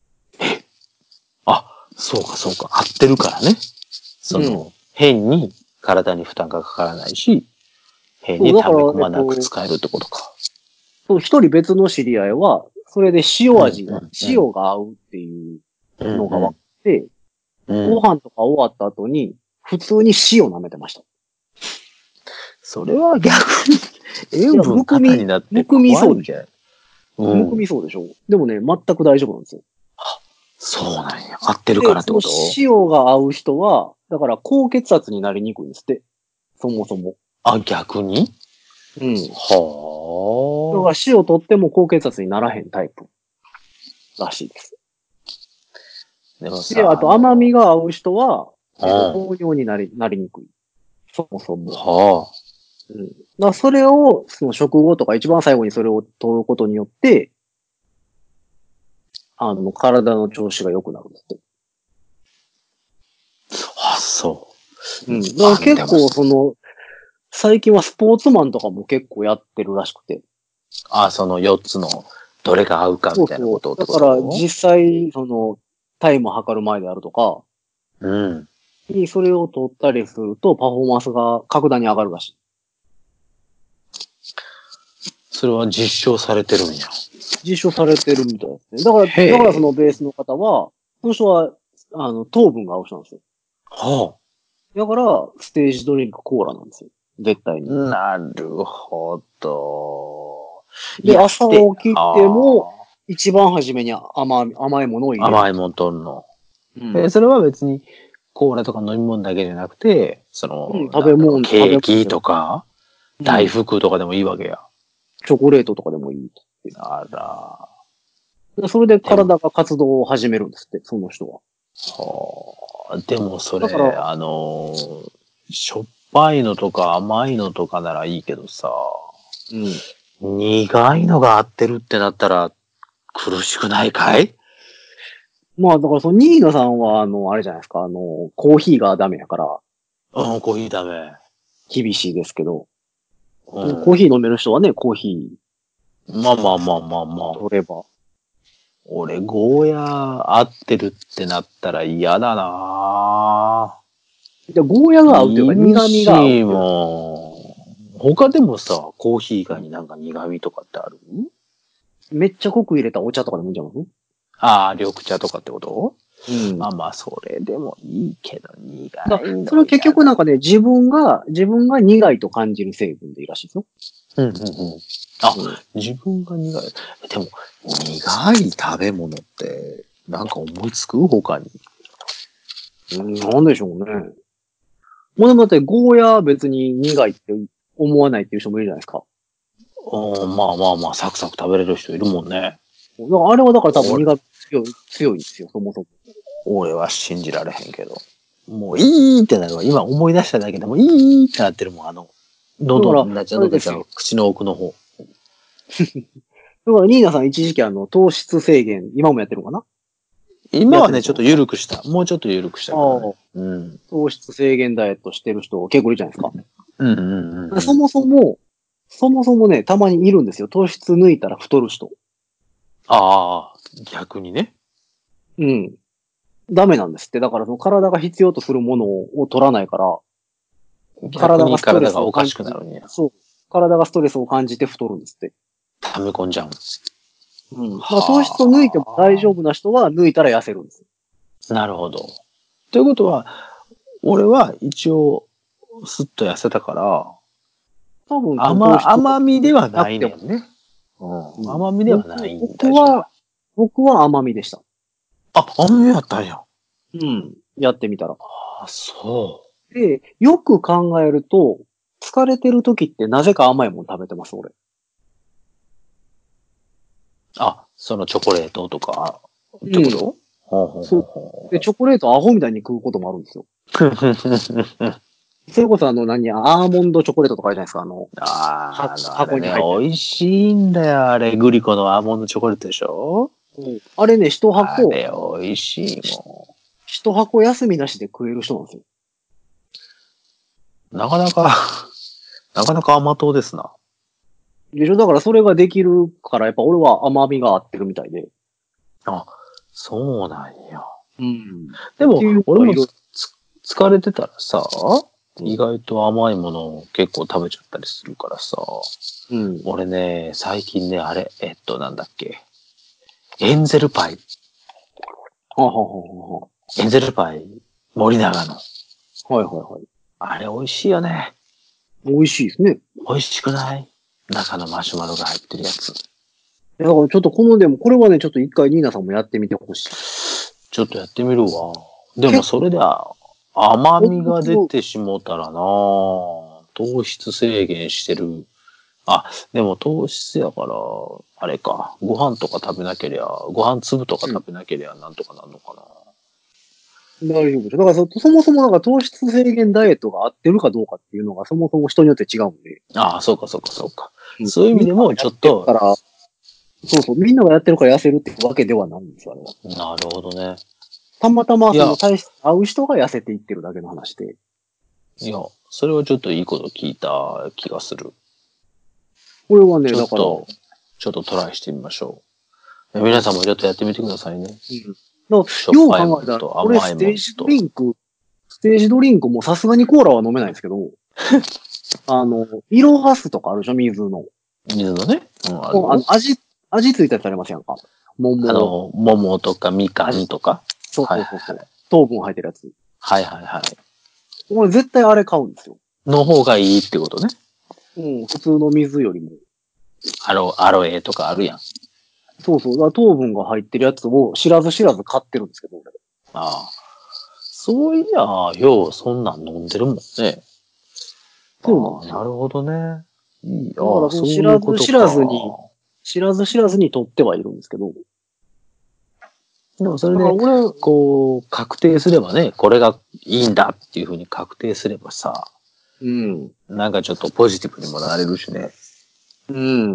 あ、そうかそうか。合ってるからね。その、 う変に体に負担がかからないし、変にそうだから溜め込まなえっとく使えるってことか。 そう一人別の知り合いは、それで塩味が、 うんうんうん塩が合うっていうのが分かって、 うんご飯とか終わった後に、普通に塩舐めてました。 それは逆に塩分むくみ肩になってむくみそうでしょ怖いんじゃないうんむくみそうでしょでもね、全く大丈夫なんですよ。 そうなんや。合ってるで、 からってことその塩が合う人は、だから高血圧になりにくいんですって。そもそも。 あ、逆にうん。だはから塩取っても高血圧にならへんタイプらしいです。 あ。でもさ、 で、あと甘みが合う人は、えっと、 うん糖尿になり、なりにくい。そもそも。 はあ。 うん。だからそれを、その食後とか一番最後にそれを取ることによって、あの、体の調子が良くなるんですって。 あ、そうん。だから結構あでもその、最近はスポーツマンとかも結構やってるらしくて。 う。あ、そのよっつの、どれが合うかみたいなことってこと。 だから実際、その、タイム測る前であるとか、 うん。 にそれを取ったりするとパフォーマンスが格段に上がるらしい。 それは実証されてるんや。 実証されてるみたいですね。だから、 へえだからそのベースの方は、その人は、あの、糖分が合う人なんですよ。 はだから、ステージドリンクコーラなんですよ。絶対あ。 に。 なるほど。 で、朝で起きても、一番初めに甘い、甘いものを入れる。 甘いもん取るの。 うん。 え、それは別にコーラとか飲み物だけじゃなくて、その、 うん食べ物なんだろうケーキ食べ物とか、 うん大福とかでもいいわけや。 チョコレートとかでもいい。 あら。 でそれで体が活動を始めるんですって、その人は。 はあ、でもそれ、 だからあの、しょっぱいのとか甘いのとかならいいけどさ、 うん。 苦いのが合ってるってなったら苦しくないかい？ まあ、だからそのニーナさんは、あの、あれじゃないですか、あの、コーヒーがダメやから、 うん、コーヒーダメ。 厳しいですけど、 うん。 コーヒー飲める人はね、コーヒまあまあまあまあまーあ。 取れば。 俺、ゴーヤー合ってるってなったら嫌だなで、ゴーヤが合うというか、 厳苦味が合うってい。 しいうもん。他でもさ、コーヒー以外になんか苦味とかってある？ めっちゃ濃く入れたお茶とかでもいいんじゃないの？ ああ、緑茶とかってこと？ うん。 まあまあ、それでもいいけど、苦だいのそれは結局なんか。 かね、自分が、自分が苦いと感じる成分でいいらしいですよ。 うんうんうん。あ、 うん自分が苦い。でも、苦い食べ物って、なんか思いつく？他に。 うん、なんでしょうね。もうでもだってゴーヤは別に苦いって思わないっていう人もいるじゃないですか。 うんまあまあまあ、サクサク食べれる人いるもんね。 だからあれはだから多分苦味強い、強いんですよ、そもそも。 俺は信じられへんけど。もういいってなるわ。今思い出しただけでもいいってなってるもん。あの、喉、 だからなちゃ、喉ちゃんあれですよ、 口の奥の方。 だからニーナさん一時期あの、糖質制限、今もやってるのかな？ 今はね、 やってると思うちょっと緩くした。もうちょっと緩くしたからね。 ああ、 うん。 糖質制限ダイエットしてる人結構いるじゃないですか。 うんうんうん、うん。 そもそも、そもそもね、たまにいるんですよ。糖質抜いたら太る人。 ああ、逆にね。 うん。ダメなんですって。だからその体が必要とするものを取らないから、 逆体がにストレス体がおかしを感じて、 くなるんや。 そう。体がストレスを感じて太るんですって。 溜め込んじゃうん。 うん。だから糖質を抜いても大丈は夫な人は抜いたら痩せるんです。 あ。なるほど。ということは、俺は一応、すっと痩せたから、 多分、その糖質甘、甘みではないなくても。 ねんね。う。 うんん甘みではないんだ僕僕は、僕は甘みでした。 あ、甘みやったんや。 うん。やってみたら。 あ、そで、よく考えると、疲れてる時ってなぜか甘いもの食べてます、俺。 う。あ、そのチョコレートとか、ってこと、ほうほうほうほうで、チョコレートアホみたいに食うこともあるんですよ。それこそあの、何、アーモンドチョコレートとかあるじゃないですか、あの、 あーあの、あれね、 箱に入ってる。 美味しいんだよ、あれ。グリコのアーモンドチョコレートでしょ？ あれね、一箱、 あれ、美味しいも一箱休みなしで食える人なんですよ。 ん。なかなか、なかなか甘党ですな。 でしょだからそれができるから、やっぱ俺は甘みが合ってるみたいで。 あ、そうなんや。 うん。 でもっていう、 俺もいろいつ疲れてたらさ、 うん意外と甘いものを結構食べちゃったりするからさ、 うん。 俺ね、最近ね、あれ、えっと、なんだっけ。エンゼルパイ。 ははははは。 エンゼルパイ、森永の。 はいはいはい。 あれ美味しいよね。 美味しいですね。 美味しくない？中のマシュマロが入ってるやつ。 いやだからちょっとこのでも、これはね、ちょっと一回ニーナさんもやってみてほしい。 ちょっとやってみるわ。でもそれでは甘みが出てしもたらな糖質制限してる。あ、でも糖質やから、あれか。ご飯とか食べなけりゃ、ご飯粒とか食べなけりゃなんとかなんのかな。 大丈夫です。だからそ、そもそもなんか糖質制限ダイエットが合ってるかどうかっていうのがそもそも人によって違うんで。 ああ、そうかそうかそうか。 うんそういう意味でもちょっと、 だから、そうそう、みんながやってるから痩せるってわけではないんですよ、あれは。 なるほどね。 たまたまいやその体質合う人が痩せていってるだけの話で。 いや、それはちょっといいこと聞いた気がする。 これはね、 ちょだから、 っと、ちょっとトライしてみましょう。皆さんもちょっとやってみてくださいね。 うん。だから、ようしょっぱいも考えたら、 んと俺甘いもんステージドと。 リンク、ステージドリンクもさすがにコーラは飲めないんですけど、あの、イロハスとかあるでしょ、水の。 水のね。うん、あるもうあのよ。 味、味ついたやつありますやんか。桃。 あの、桃とかみかんとか。 そうはいそうそうそう。糖分入ってるやつ。 はいはいはい。 俺絶対あれ買うんですよ。 の方がいいってことね。 うん、普通の水よりも。 アロ、アロエとかあるやん。 そうそう。だから糖分が入ってるやつを知らず知らず買ってるんですけど、俺。 ああ。そういや、よう、そんなん飲んでるもんね。 そうなんですよ。 ああ、なるほどね。いいだからああ、そういその知らうことか。 ず知らずに、知らず知らずに取ってはいるんですけど。 でもそれで、 だから俺、 こう、確定すればね、これがいいんだっていうふうに確定すればさ、 うん。 なんかちょっとポジティブにもなれるしね。 うん。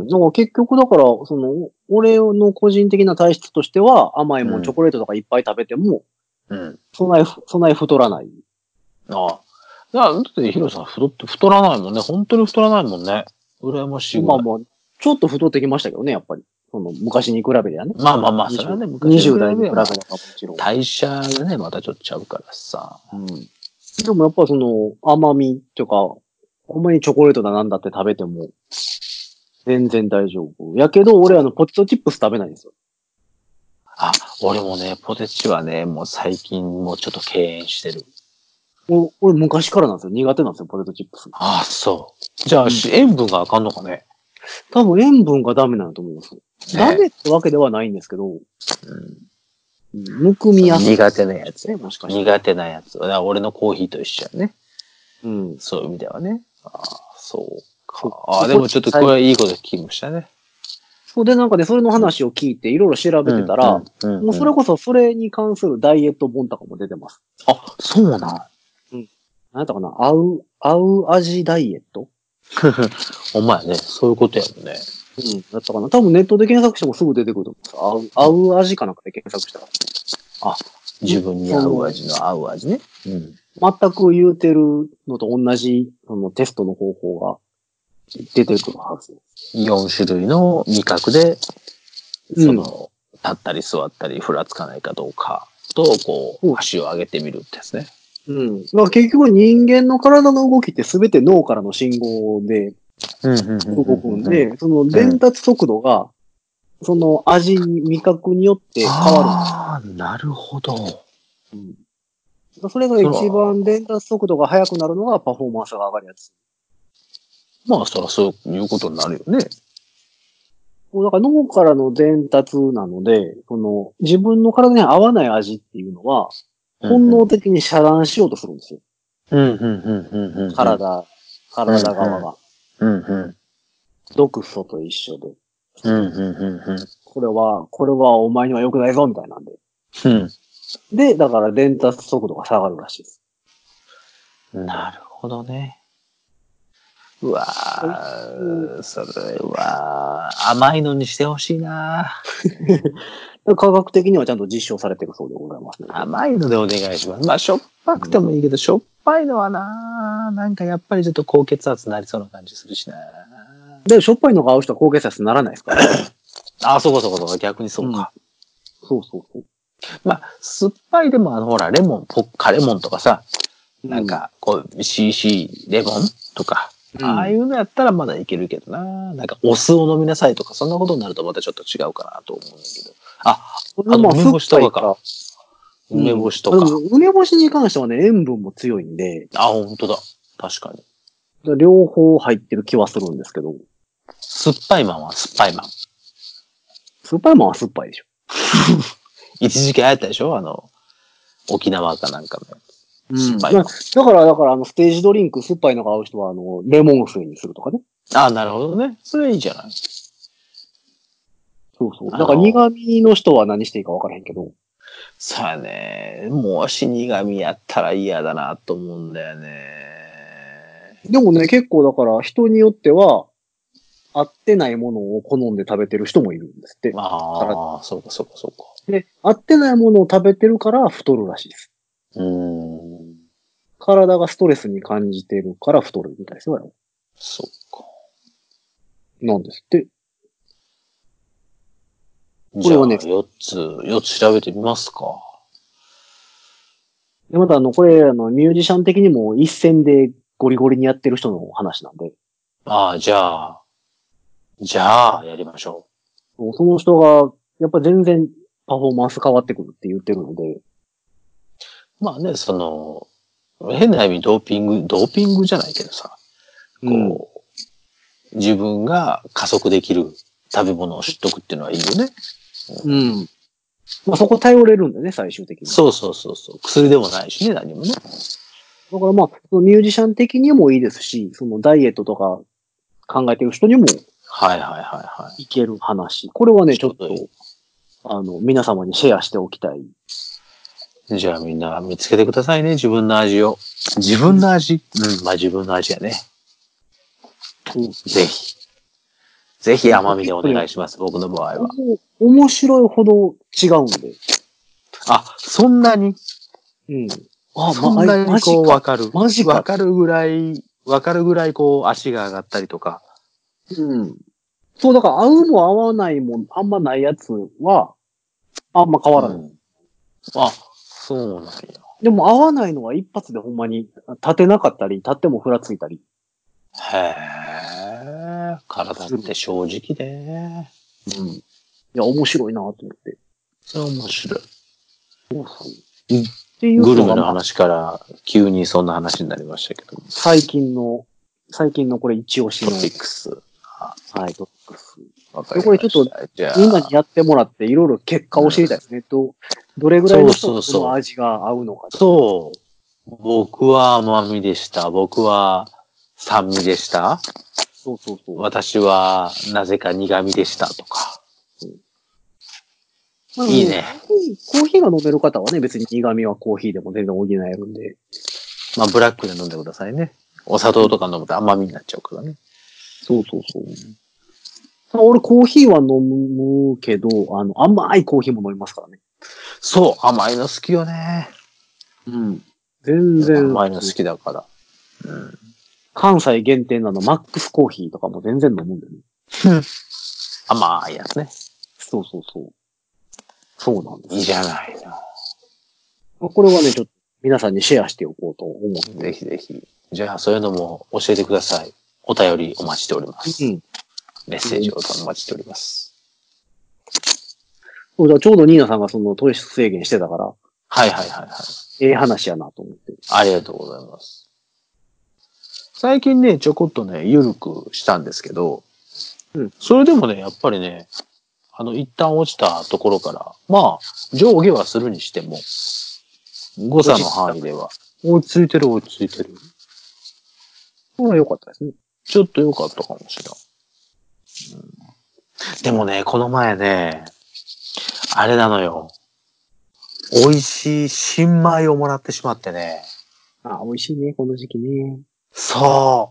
だから結局だから、その、俺の個人的な体質としては、甘いもん、 うんチョコレートとかいっぱい食べても、 うん。 そんなに、そんなに太らない。 ああ。だから、だってヒロさん太って太らないもんね。本当に太らないもんね。羨ましいぐらい。 まあまあ、ちょっと太ってきましたけどね、やっぱり。その、昔に比べりゃね。 まあまあまあ、それはね、昔にじゅう代に比べに比べればればもちろん。 代謝がね、またちょっとちゃうからさ。 うん。でもやっぱその、甘みっていうか、ほんまにチョコレートだなんだって食べても、全然大丈夫。やけど、俺あの、ポテトチップス食べないんですよ。 あ、俺もね、ポテチはね、もう最近もうちょっと敬遠してる。 お俺昔からなんですよ。苦手なんですよ、ポテトチップス。 ああ、そう。じゃあ、し塩分があかんのかね。 多分塩分がダメなんだと思います。ダメってわけではないんですけど、 うんむくみやすい。 苦手なやつね、もしかして。 苦手なやつ。だから俺のコーヒーと一緒やね。 うん。 そういう意味ではね。ああ、そうそうか。ああ、でもちょっとこれはいいこと聞きましたね。 そうで、なんかね、それの話を聞いて、いろいろ調べてたら、 うんうんうんもうそれこそそれに関するダイエット本とかも出てます。 あ、そうなん。 なんやったかな合う、合う味ダイエットお前ね、そういうことやもんね。 うん。だったかな多分ネットで検索してもすぐ出てくると思う。合う、合う味かなんかで検索したら。 あ、自分に合う味の合う味ね。うん。 全く言うてるのと同じ、そのテストの方法が出てくるはず。 よん種類の味覚で、 うんその、立ったり座ったり、ふらつかないかどうかと、こう、 うん足を上げてみるってですね。 うん。だから結局人間の体の動きって全て脳からの信号でうんうんうん動くんで、その伝達速度が、その味、味覚によって変わああ、なるほど。 るんです。うん。それが一番伝達速度が速くなるのがパフォーマンスが上がるやつ。 まあ、そらそういうことになるよね。 もうだから脳からの伝達なので、その自分の体に合わない味っていうのは、本能的に遮断しようとするんですよ。 うんうんうんうんうん。 体、体側が。 うんうん。 毒素と一緒で。 うんうんうんうん。 これは、これはお前には良くないぞ、みたいなんで。 うんで、だから伝達速度が下がるらしいです。 なるほどね。うわー、それは、甘いのにしてほしいな。 科学的にはちゃんと実証されてるそうでございますね。 甘いのでお願いします。まあ、しょっぱくてもいいけど、しょっぱいのはな、なんかやっぱりちょっと高血圧になりそうな感じするしな。 で、しょっぱいのが合う人は高血圧にならないですから。 あ、そうかそうかそうか、逆にそうか。 そうそうそう。 まあ、酸っぱいでも、あの、ほら、レモン、ポッカレモンとかさ、なんか、こう、シーシー レモンとか、 うん、 ああいうのやったらまだいけるけどな。なんか、お酢を飲みなさいとか、そんなことになるとまたちょっと違うかなと思うんだけど。あ、 これもあの梅干しとかか。 うん梅干しとか。 でも梅干しに関してはね、塩分も強いんで、 あ、ほんとだ。確かに。 両方入ってる気はするんですけど、 酸っぱいマンは酸っぱいマン。 酸っぱいもんは酸っぱいでしょ。 一時期流行ったでしょあの、沖縄かなんかの。酸っぱいマン。 だだから、だから、あの、ステージドリンク酸っぱいのが合う人は、あの、レモン水にするとかね。 あ、なるほどね。それいいじゃない。 そうそう。 あのだから苦味の人は何していいか分からへんけど。 そうやね。もし苦味やったら嫌だなと思うんだよね。 でもね、結構だから人によっては、合ってないものを好んで食べてる人もいるんですって。 ああ、そうかそうかそうか。 で、合ってないものを食べてるから太るらしいです。 うーん。 体がストレスに感じてるから太るみたいですよ。 そうか。 なんですって。 じゃあ、 これはねよっつ、よっつ調べてみますか。 で、またあの、これ、あの、ミュージシャン的にも一線でゴリゴリにやってる人の話なんで、 ああ、じゃあ、じゃあ、やりましょその人が、やっぱ全然パフォーマンス変わってくるって言ってるので、 う。まあね、その、変な意味ドーピング、ドーピングじゃないけどさ、 うん。 こう、自分が加速できる食べ物を知っとくっていうのはいいよね。 うん。まあそこ頼れるんでね、最終的に。 そうそうそうそう。薬でもないしね、何もね。 だからまあ、そのミュージシャン的にもいいですし、そのダイエットとか考えてる人にもはいはいはいはいける話。これはね、 い。 ちょっとちょうどいい、 あの、皆様にシェアしておきたい。 じゃあみんな見つけてくださいね、自分の味を。自分の味、うん、まあ自分の味やね。 うん。 ぜひ。ぜひ甘みでお願いします、僕の場合は。 お面白いほど違うんで。 あ、そんなにうん。あ、 そんま、あ、 なにこうマジか。 わかる。 マジか。 わかるぐらい、わかるぐらいこう足が上がったりとか。 うん。そう、だから合うも合わないもあんまないやつは、あんま変わらない。 うん、あ、そうなんや。 でも合わないのは一発でほんまに立てなかったり、立ってもふらついたり。 へえ、体って正直ね。 うん。いや、面白いなと思って。 それ面白い。 っていうグルのが、まあ、 メの話から急にそんな話になりましたけど。 最近の、最近のこれ一押しトの、 ピックス。 はい、トピックス。 わかで、 りましこれちょっとた。じゃみんなにあ、 やってもらっていろいろ結果を知りたいですね。と、どれぐらいそうの人がこそうそう。 の味が合うのか。 そう。僕は甘みでした。僕は酸味でした。 そうそうそう。 私はなぜか苦味でしたとか。 まあいいね。 コーヒーが飲める方はね、別に苦味はコーヒーでも全然補えるんで。 まあ、ブラックで飲んでくださいね。お砂糖とか飲むと甘みになっちゃうからね。 そうそうそう。俺コーヒーは飲むけど、あの、甘いコーヒーも飲みますからね。 そう、甘いの好きよね。 うん。全然、 甘いの好きだから。うん。 関西限定なのマックスコーヒーとかも全然飲むんだよね。 甘いやつね。 そうそうそう。そうなんです。 いいじゃないの。 これはね、ちょっと皆さんにシェアしておこうと思って。 ぜひぜひ。じゃあ、そういうのも教えてください。お便りお待ちしております。 うん。 メッセージをお待ちしております。 そうだ、ちょうどニーナさんがその糖質制限してたから、 はいはいはいはい。 ええ話やなと思って。 ありがとうございます。最近ね、ちょこっとね、ゆるくしたんですけど、 うん。 それでもね、やっぱりね、あの、一旦落ちたところから、まあ、上下はするにしても、誤差の範囲では、落ち着いてる落ち着いてる。 これは良かったですね。 ちょっと良かったかもしれない。うん、でもね、この前ね、あれなのよ。美味しい新米をもらってしまってね。 あ、美味しいね、この時期ね。 そう。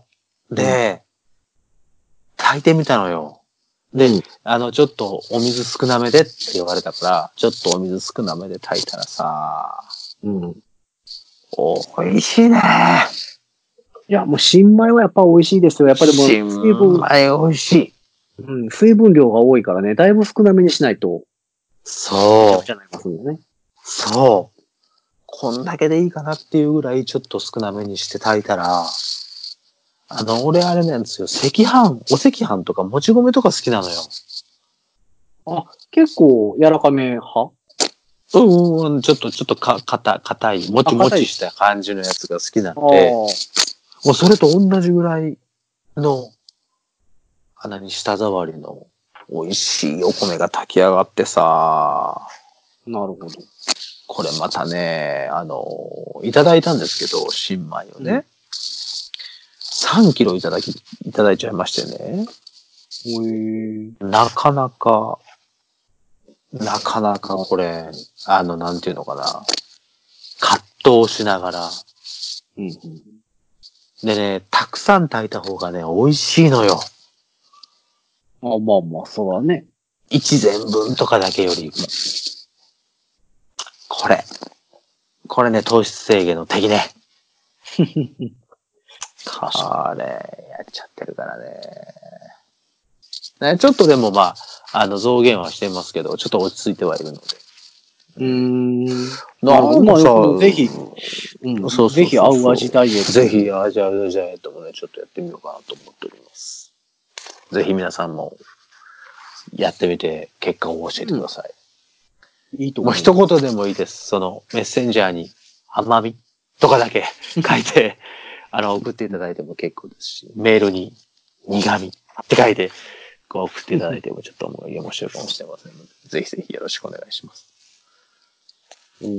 で、炊いてみたのよ。で、 うん。 あの、ちょっとお水少なめでって言われたから、ちょっとお水少なめで炊いたらさ、 うん。 美味しいね。 いや、もう新米はやっぱ美味しいですよ。やっぱでも、 新水分、 米美味しい。 うん、水分量が多いからね、だいぶ少なめにしないと、 そう。 じゃないますんでね。 そう。こんだけでいいかなっていうぐらいちょっと少なめにして炊いたら、あの、俺あれなんですよ。赤飯、お赤飯とかもち米とか好きなのよ。 あ、結構柔らかめ派うんうん、ちょっと、ちょっとか、かた、硬い、もちもあ硬いちした感じのやつが好きなんあで、 あ。 もうそれと同じぐらいの、鼻に舌触りの美味しいお米が炊き上がってさ、 なるほど。 これまたね、あの、いただいたんですけど、新米をね。 うんさんキロいただき、いただいちゃいましてね。 へえ。 なかなかなかなかこれ、あの、なんていうのかな。葛藤しながら。 うんうん。 でね、たくさん炊いた方がね、美味しいのよ。 あ、まあまあ、そうだね。 一膳分とかだけよりも。これ。これね、糖質制限の敵ね。これ、やっちゃってるからね。ね、ちょっとでもまあ、あの、増減はしてますけど、ちょっと落ち着いてはいるので。 うーん。 なるほど。 まあ、 さ、 ぜひ、うん、 そうそうそうそうぜひ合う味ダイエット。 ぜひ、味合う味ダイエットもね、ちょっとやってみようかなと思っております。ぜひ皆さんも、やってみて、結果を教えてください。 うん、いいともう思う。 一言でもいいです。その、メッセンジャーに、甘みとかだけ書いて、あの、送っていただいても結構ですし、メールに、苦味って書いて、こう送っていただいてもちょっと面白いかもしれませんので、ぜひぜひよろしくお願いします。 うん。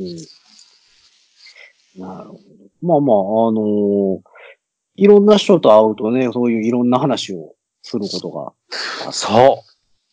なるほど。まあまあ、あのー、いろんな人と会うとね、そういういろんな話をすることが。 そう。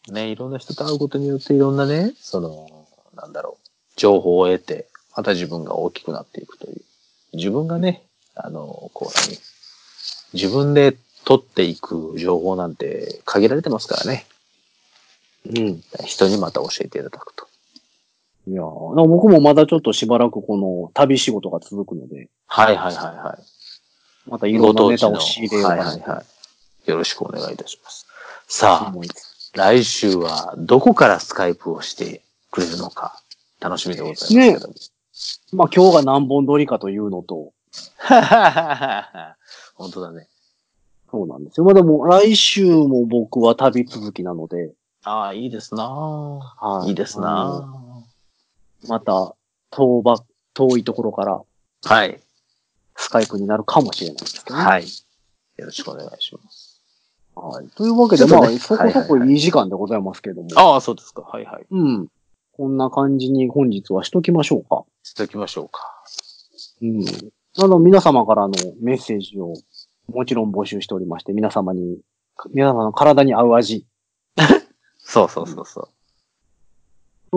ね、いろんな人と会うことによっていろんなね、その、なんだろう、情報を得て、また自分が大きくなっていくという。自分がね、あの、こう何、自分で取っていく情報なんて限られてますからね。 うん。 人にまた教えていただくと。 いやー、僕もまだちょっとしばらくこの旅仕事が続くので、 はいはいはいはい。 またいろんなネタを仕入れようかなと。 はいはいはい。よろしくお願いいたします。さあ、 思います。 来週はどこからスカイプをしてくれるのか、楽しみでございますけども。ね、 まあ今日が何本撮りかというのと。 本当だね。 そうなんですよ。まあでも来週も僕は旅続きなので。 ああ、いいですなぁ。はい。いいですなぁ。 また、遠ば、遠いところから。 はい。 スカイプになるかもしれないですけどね。 はい。よろしくお願いします。 はい。というわけで、ね、まあ、そこそこいい時間でございますけども。 ああ、そうですか。はいはい。 うん。こんな感じに本日はしときましょうか。 しときましょうか。 うん。あの、皆様からのメッセージをもちろん募集しておりまして、皆様に、皆様の体に合う味。 そうそうそうそう。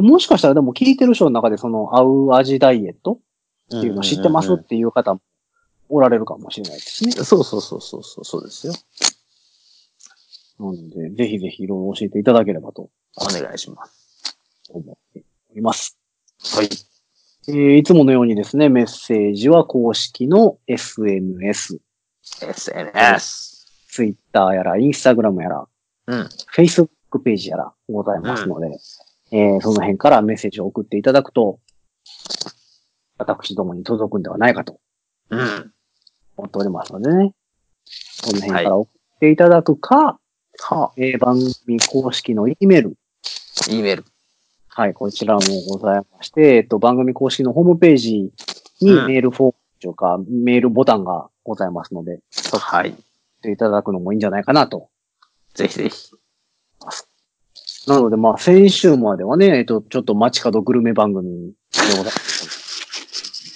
もしかしたらでも聞いてる人の中でその合う味ダイエットっていうのを知ってますっていう方もおられるかもしれないですね。 そうそうそうそうそう、そうですよ。 なので、ぜひぜひいろいろ教えていただければと。 お願いします。 思っております。 はい。 えー、いつものようにですね、メッセージは公式の エスエヌエス。 エスエヌエス。 Twitter やら、Instagram やら、 うん。 Facebook ページやらございますので、うん、えー、その辺からメッセージを送っていただくと、私どもに届くんではないかと。うん。思っておりますのでね。この辺から送っていただくか、はい、えー、番組公式の E メール。 E メール。 はい、こちらもございまして、えっと、番組公式のホームページにメールフォームというか、うん、メールボタンがございますので、はい。していただくのもいいんじゃないかなと。 ぜひぜひ。 なので、まあ、先週まではね、えっと、ちょっと街角グルメ番組でございます。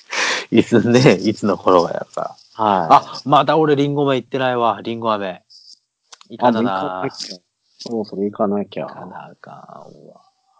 いつね、いつの頃がやか。はい。あ、まだ俺リンゴ飴行ってないわ。リンゴ飴。 行かなな。あ、もう行かなきゃ。そうそれ行かなきゃ。行かなあかんわ。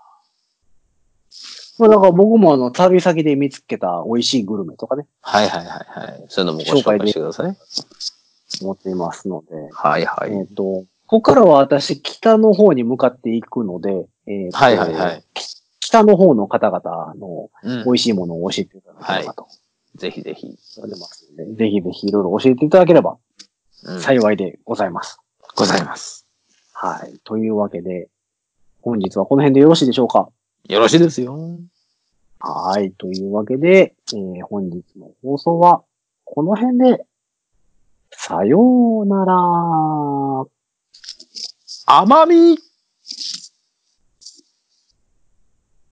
まあ、だから僕もあの、旅先で見つけた美味しいグルメとかね。 はいはいはいはい。そういうのもご紹介してください。 思っていますので。 はいはい。 えっと、ここからは私、北の方に向かっていくので、えっと、はいはいはい。北の方の方々の美味しいものを教えていただければと。うん、はい、ぜひぜひ。思いますので、ぜひぜひいろいろ教えていただければ、幸いでございます、 うん。ございます。 はい。というわけで、本日はこの辺でよろしいでしょうか？ よろしいですよ。 はい。というわけで、えー、本日の放送は、この辺で、さようなら。 甘み